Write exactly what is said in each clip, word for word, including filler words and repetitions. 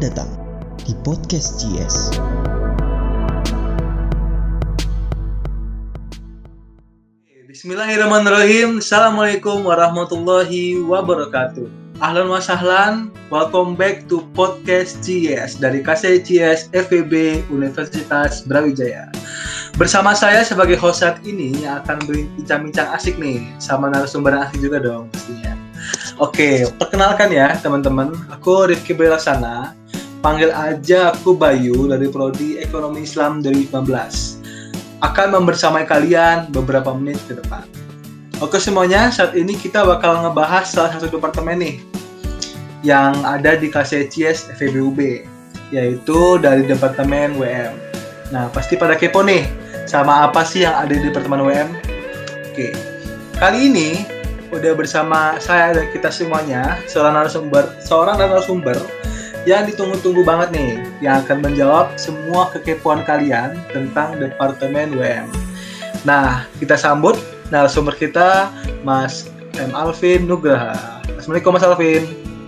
Selamat datang di Podcast G S. Bismillahirrahmanirrahim. Assalamualaikum warahmatullahi wabarakatuh. Ahlan wa sahlan. Welcome back to Podcast G S dari K C G S F E B Universitas Brawijaya. Bersama saya sebagai host saat ini yang akan berbincang-bincang asik nih sama narasumber asik juga dong pastinya. Oke, perkenalkan ya teman-teman. Aku Rifki Belaksana. Panggil aja aku Bayu dari Prodi Ekonomi Islam dua ribu sembilan belas. Akan membersamai kalian beberapa menit ke depan. Oke semuanya, saat ini kita bakal ngebahas salah satu departemen nih yang ada di K C G S F E B U B, yaitu dari Departemen W M. Nah, pasti pada kepo nih sama apa sih yang ada di Departemen W M. Oke, kali ini udah bersama saya dan kita semuanya seorang narasumber, seorang narasumber yang ditunggu-tunggu banget nih, yang akan menjawab semua kekepoan kalian tentang Departemen W M. Nah, kita sambut narasumber kita, Mas M. Alvin Nugraha. Assalamualaikum Mas Alvin.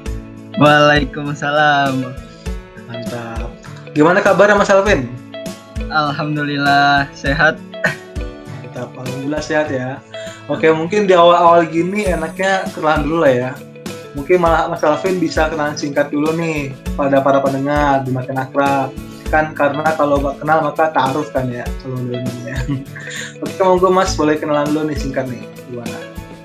Waalaikumsalam. Mantap. Gimana kabarnya Mas Alvin? Alhamdulillah sehat. Mantap, alhamdulillah sehat ya. Oke, mungkin di awal-awal gini enaknya kenalan dulu lah ya. Mungkin malah Mas Alvin bisa kenalan singkat dulu nih pada para pendengar, dimakan akrab. Kan karena kalau gak kenal maka ta'aruf kan ya kalau dulunya. Oke, monggo Mas boleh kenalan dulu nih singkat nih. Gimana?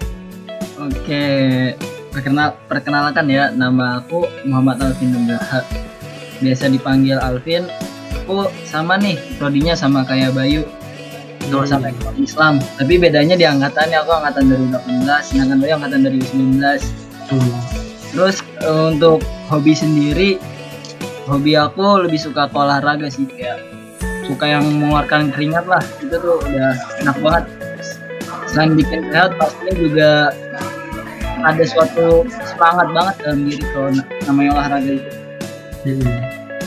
Oke, perkenal perkenalkan ya, nama aku Muhammad Alvin Nugraha. Biasa dipanggil Alvin. Aku sama nih, prodinya sama kayak Bayu. Jurusan Ekonomi Islam. Tapi bedanya di angkatannya, aku angkatan dua ribu delapan belas, sedangkan Bayu angkatan dua ribu sembilan belas. Hmm. Terus untuk hobi sendiri, hobi aku lebih suka ke olahraga sih, kayak suka yang mengeluarkan keringat lah, itu tuh udah enak banget. Selain bikin sehat, pastinya juga ada suatu semangat banget dalam diri kalau namanya olahraga itu. Hmm.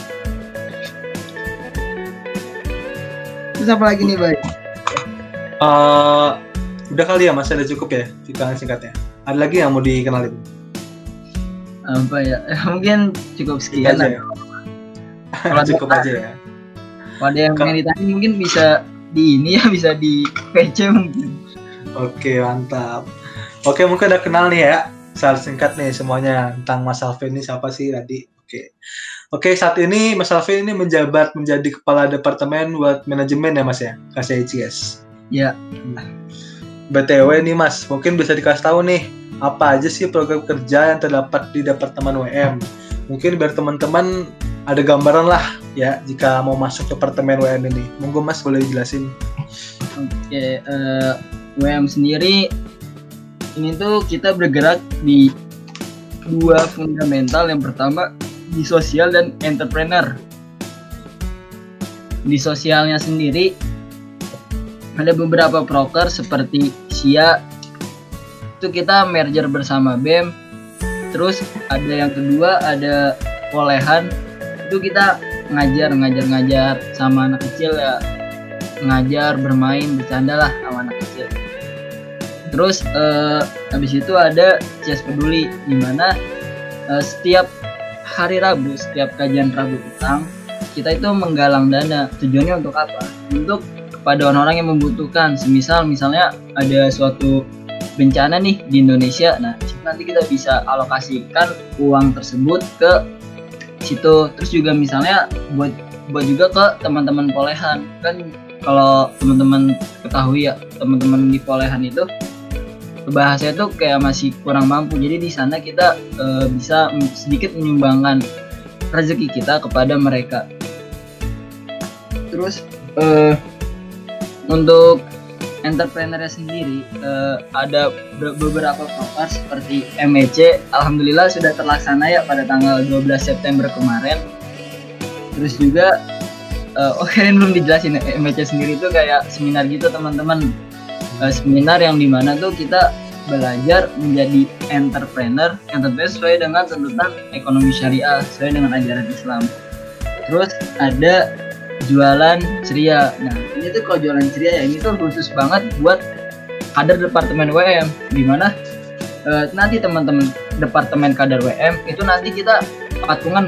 Terus apa lagi nih, Bay? Uh, udah kali ya Mas, ada cukup ya kenalan singkatnya. Ada lagi yang mau dikenalin? Apa ya? Mungkin cukup sekian aja. Kalau cukup aja ya. Kalau ada yang pengen ditanya mungkin bisa di ini ya, bisa di P C mungkin. Oke, mantap. Oke, mungkin udah kenal nih ya. Secara singkat nih semuanya tentang Mas Alvin ini siapa sih tadi. Oke. Oke, saat ini Mas Alvin ini menjabat menjadi Kepala Departemen Wealth Management ya Mas ya, K C G S. Ya. B T W nih Mas, mungkin bisa dikasih tahu nih apa aja sih program kerja yang terdapat di Departemen W M. Mungkin biar teman-teman ada gambaran lah ya jika mau masuk Departemen W M ini. Monggo Mas boleh jelasin. Oke, uh, W M sendiri ini tuh kita bergerak di dua fundamental. Yang pertama di sosial dan entrepreneur. Di sosialnya sendiri ada beberapa proker seperti S I A, itu kita merger bersama B E M. Terus ada yang kedua ada Polehan, itu kita ngajar ngajar ngajar sama anak kecil ya, ngajar bermain bercanda lah sama anak kecil. Terus eh, habis itu ada C S Peduli, di mana eh, setiap hari Rabu, setiap kajian Rabu petang kita itu menggalang dana. Tujuannya untuk apa? Untuk kepada orang-orang yang membutuhkan. Semisal misalnya ada suatu bencana nih di Indonesia, nah nanti kita bisa alokasikan uang tersebut ke situ. Terus juga misalnya buat buat juga ke teman-teman Polehan. Kan kalau teman-teman ketahui ya, teman-teman di Polehan itu bahasanya tuh kayak masih kurang mampu. Jadi di sana kita e, bisa sedikit menyumbangkan rezeki kita kepada mereka. Terus e, untuk entrepreneurnya sendiri uh, ada beberapa proker seperti M E C. Alhamdulillah sudah terlaksana ya pada tanggal dua belas September kemarin. Terus juga uh, oh kalian belum dijelasin, M E C sendiri itu kayak seminar gitu teman-teman. Uh, seminar yang dimana tuh kita belajar menjadi entrepreneur, entrepreneur sesuai dengan tuntutan ekonomi syariah, sesuai dengan ajaran Islam. Terus ada jualan ceria. Nah, ini tuh kalau jualan ceria ya, ini tuh khusus banget buat kader Departemen W M, di mana e, nanti teman-teman Departemen kader W M itu nanti kita patungan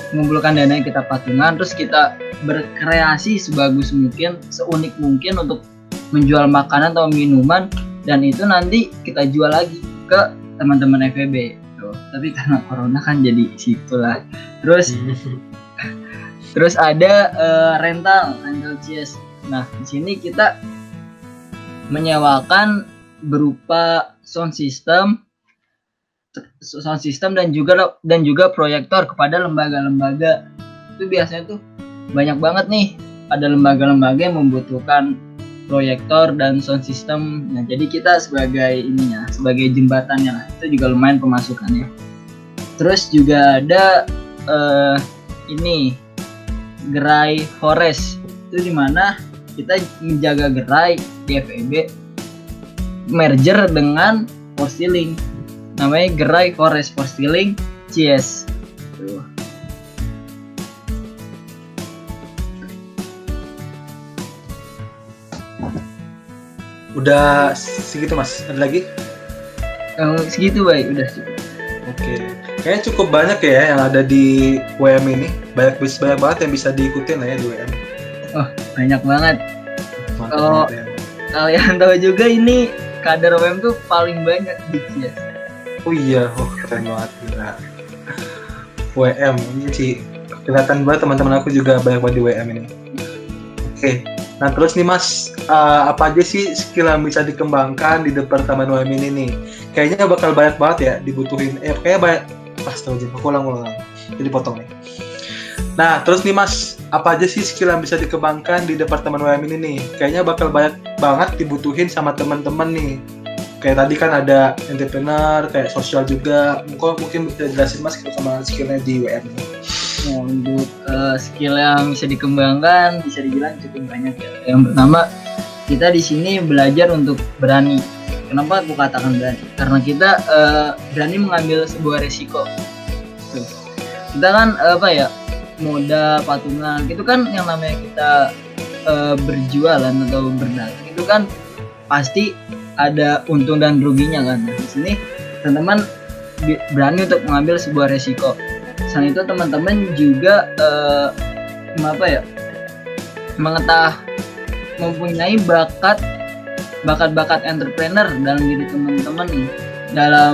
mengumpulkan dana yang kita patungan, terus kita berkreasi sebagus mungkin, seunik mungkin untuk menjual makanan atau minuman, dan itu nanti kita jual lagi ke teman-teman F E B tuh. Tapi karena corona kan jadi situlah. Terus terus ada uh, rental rental C S. Nah di sini kita menyewakan berupa sound system sound system dan juga dan juga proyektor kepada lembaga-lembaga. Itu biasanya tuh banyak banget nih, ada lembaga-lembaga yang membutuhkan proyektor dan sound system. Nah, jadi kita sebagai ininya, sebagai jembatannya lah. Itu juga lumayan pemasukannya. Terus juga ada uh, ini gerai forest. Itu dimana kita menjaga gerai di F E B merger dengan Forcilink. Namanya gerai forest Forcilink C S. Tuh. Udah segitu mas, ada lagi? Oh, segitu baik, udah cukup. Oke, kayaknya cukup banyak ya yang ada di W M ini. Banyak banyak banget yang bisa diikutin lah ya di W M. Oh, banyak banget. Mantap Kalau banget ya. kalian tahu juga ini kader W M tuh paling banyak di C S. Oh iya, oh keren banget gila. W M ini sih kelihatan banget, teman-teman aku juga banyak banget di W M ini. Oke, nah terus nih mas, uh, apa aja sih skill yang bisa dikembangkan di departemen W M ini nih? Kayaknya bakal banyak banget ya dibutuhin. Eh kayaknya banyak. Pas tahu aja, aku ulang-ulang. Jadi potong nih. Nah terus nih mas, apa aja sih skill yang bisa dikembangkan di departemen W M ini nih? Kayaknya bakal banyak banget dibutuhin sama teman-teman nih. Kayak tadi kan ada entrepreneur, kayak sosial juga. Mungkin mungkin bisa jelasin mas sama skillnya di W M ini. Nah, untuk uh, skill yang bisa dikembangkan bisa dibilang cukup banyak ya. Yang pertama, kita di sini belajar untuk berani. Kenapa aku katakan berani? Karena kita uh, berani mengambil sebuah resiko. Tuh. Kita kan uh, apa ya, modal patungan itu kan yang namanya kita uh, berjualan atau berdagang itu kan pasti ada untung dan ruginya kan. Nah, di sini teman-teman berani untuk mengambil sebuah resiko. Selain itu teman-teman juga uh, apa ya, mengetah mempunyai bakat bakat-bakat entrepreneur dalam diri teman-teman, dalam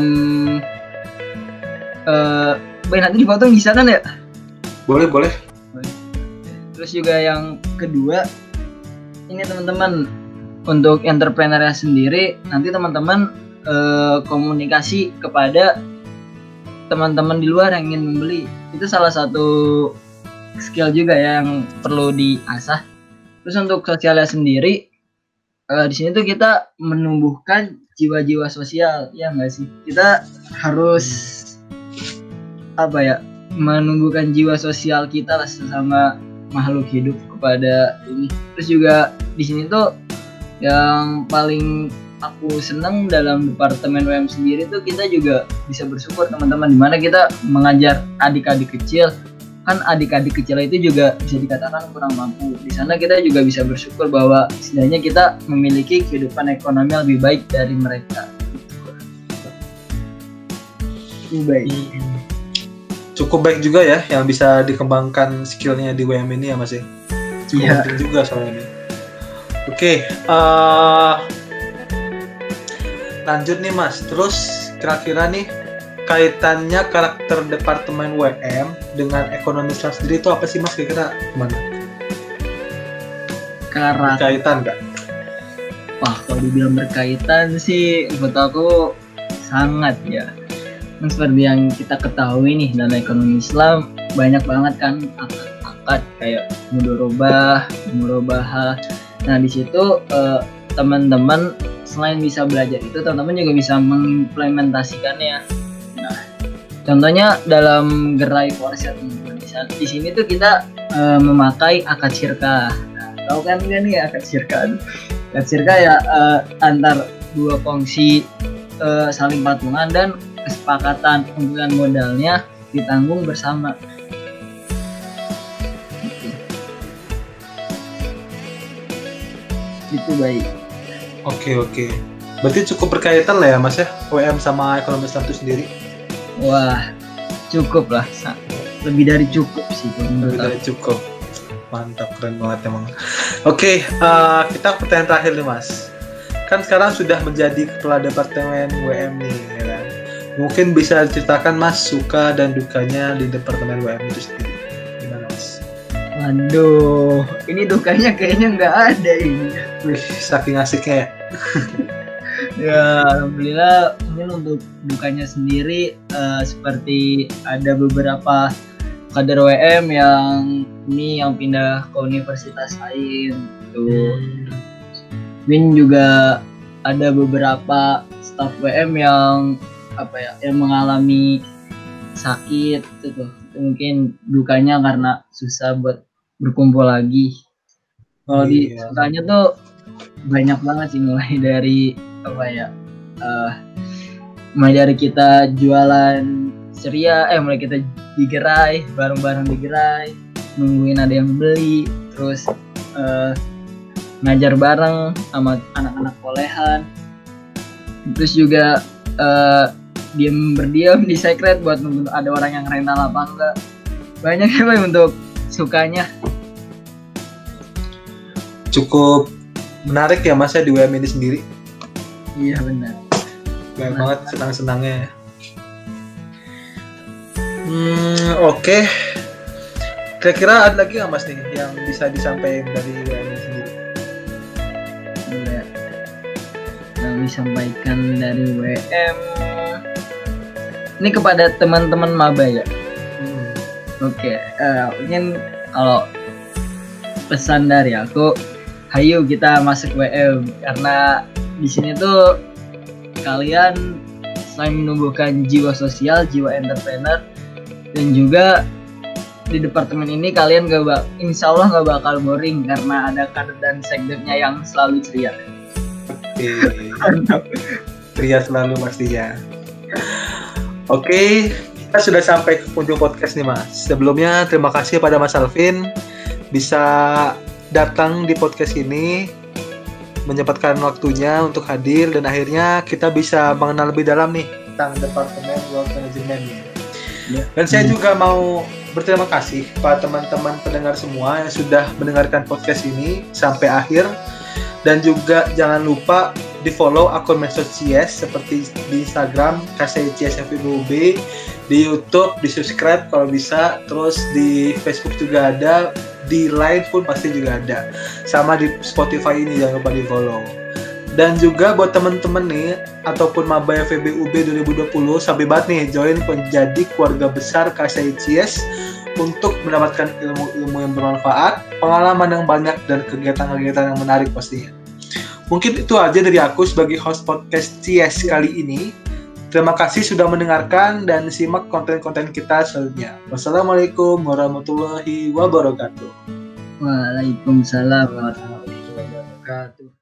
uh, baik nanti dipotong bisa kan ya? Boleh boleh. Terus juga yang kedua ini teman-teman, untuk entrepreneurnya sendiri nanti teman-teman uh, komunikasi kepada teman-teman di luar yang ingin membeli. Itu salah satu skill juga ya yang perlu diasah. Terus untuk sosialnya sendiri, uh, di sini tuh kita menumbuhkan jiwa-jiwa sosial, ya nggak sih? Kita harus apa ya, menumbuhkan jiwa sosial kita lah sesama makhluk hidup kepada ini. Terus juga di sini tuh yang paling aku senang dalam departemen W M sendiri tuh kita juga bisa bersyukur teman-teman, dimana kita mengajar adik-adik kecil. Kan adik-adik kecil itu juga bisa dikatakan kurang mampu. Di sana kita juga bisa bersyukur bahwa setidaknya kita memiliki kehidupan ekonomi lebih baik dari mereka. Itu baik. Cukup baik juga ya yang bisa dikembangkan skillnya di W M ini ya mas ya. Cukup Iya. penting juga soal ini. Oke, okay, uh, lanjut nih mas. Terus kira-kira nih kaitannya karakter departemen W M dengan ekonomi Islam sendiri itu apa sih mas? Kira-kira gimana? Karakter. Kaitan nggak? Wah, kalau dibilang berkaitan sih menurut aku sangat ya. Yang seperti yang kita ketahui nih, dalam ekonomi Islam banyak banget kan akad-akad kayak mudorobah, murobahah. Nah di situ eh, teman-teman selain bisa belajar itu, teman-teman juga bisa mengimplementasikannya. Nah, contohnya dalam gerai forest ya teman-teman. Di sini tuh kita eh, memakai akad syirkah. Nah, tahu kan nggak nih akad syirkah? Akad syirkah ya eh, antar dua kongsi eh, saling patungan dan kesepakatan penggunaan modalnya ditanggung bersama. Itu baik. Oke oke. Berarti cukup berkaitan lah ya mas ya W M sama ekonomi Islam itu sendiri. Wah, cukup lah. lebih dari cukup sih kalau menurut Lebih dari aku. cukup. Mantap, keren banget emang. Oke, eh, kita pertanyaan terakhir nih Mas. Kan sekarang sudah menjadi kepala departemen W M nih, ya kan? Mungkin bisa ceritakan Mas suka dan dukanya di departemen W M itu sendiri. Gimana Mas? Waduh, ini dukanya kayaknya nggak ada ini. Wih, saking asiknya ya. Ya, alhamdulillah mungkin untuk dukanya sendiri eh, seperti ada beberapa kader W M yang ini yang pindah ke universitas lain tuh. Mungkin juga ada beberapa staf W M yang apa ya yang mengalami sakit gitu tuh. Mungkin dukanya karena susah buat berkumpul lagi. Kalau di Iya. sukanya tuh banyak banget sih, mulai dari apa ya eh mulai dari kita jualan ceria, eh mulai kita digerai, bareng-bareng digerai, nungguin ada yang beli, terus eh, ngajar bareng sama anak-anak kolehan, terus juga eh, diam berdiam di secret buat nunggu ada orang yang renal apa enggak. Banyak ya Bang, untuk sukanya. Cukup menarik ya Mas ya di W M ini sendiri. Iya benar. Banyak banget senang-senangnya. Hmm, oke. Kira-kira ada lagi nggak Mas nih yang bisa disampaikan dari W M ini sendiri? Boleh yang disampaikan dari W M ini kepada teman-teman maba ya. Hmm. Oke, eh, mungkin kalau pesan dari aku, hayu kita masuk W M karena di sini tuh kalian selain menumbuhkan jiwa sosial, jiwa entrepreneur, dan juga di departemen ini kalian gak bak, insya Allah gak bakal boring karena ada kader dan sekdemnya yang selalu ceria. Oke. Pria selalu pastinya. Oke, kita sudah sampai ke penghujung podcast nih Mas. Sebelumnya terima kasih pada Mas Alvin bisa datang di podcast ini, menyempatkan waktunya untuk hadir, dan akhirnya kita bisa mengenal lebih dalam nih tentang Departemen Wealth Management nih. Ya. Dan saya juga mau berterima kasih pada teman-teman pendengar semua yang sudah mendengarkan podcast ini sampai akhir. Dan juga jangan lupa di follow akun medsos C S seperti di Instagram K S E C S F I B U B, di YouTube di subscribe kalau bisa, terus di Facebook juga ada, di Line pun pasti juga ada, sama di Spotify ini jangan lupa di follow. Dan juga buat teman-teman nih ataupun maba F E B U B dua ribu dua puluh, sampai banget nih join menjadi keluarga besar K S E C S untuk mendapatkan ilmu-ilmu yang bermanfaat, pengalaman yang banyak, dan kegiatan-kegiatan yang menarik pastinya. Mungkin itu aja dari aku sebagai host podcast C S kali ini. Terima kasih sudah mendengarkan dan simak konten-konten kita selanjutnya. Wassalamualaikum warahmatullahi wabarakatuh. Waalaikumsalam warahmatullahi wabarakatuh.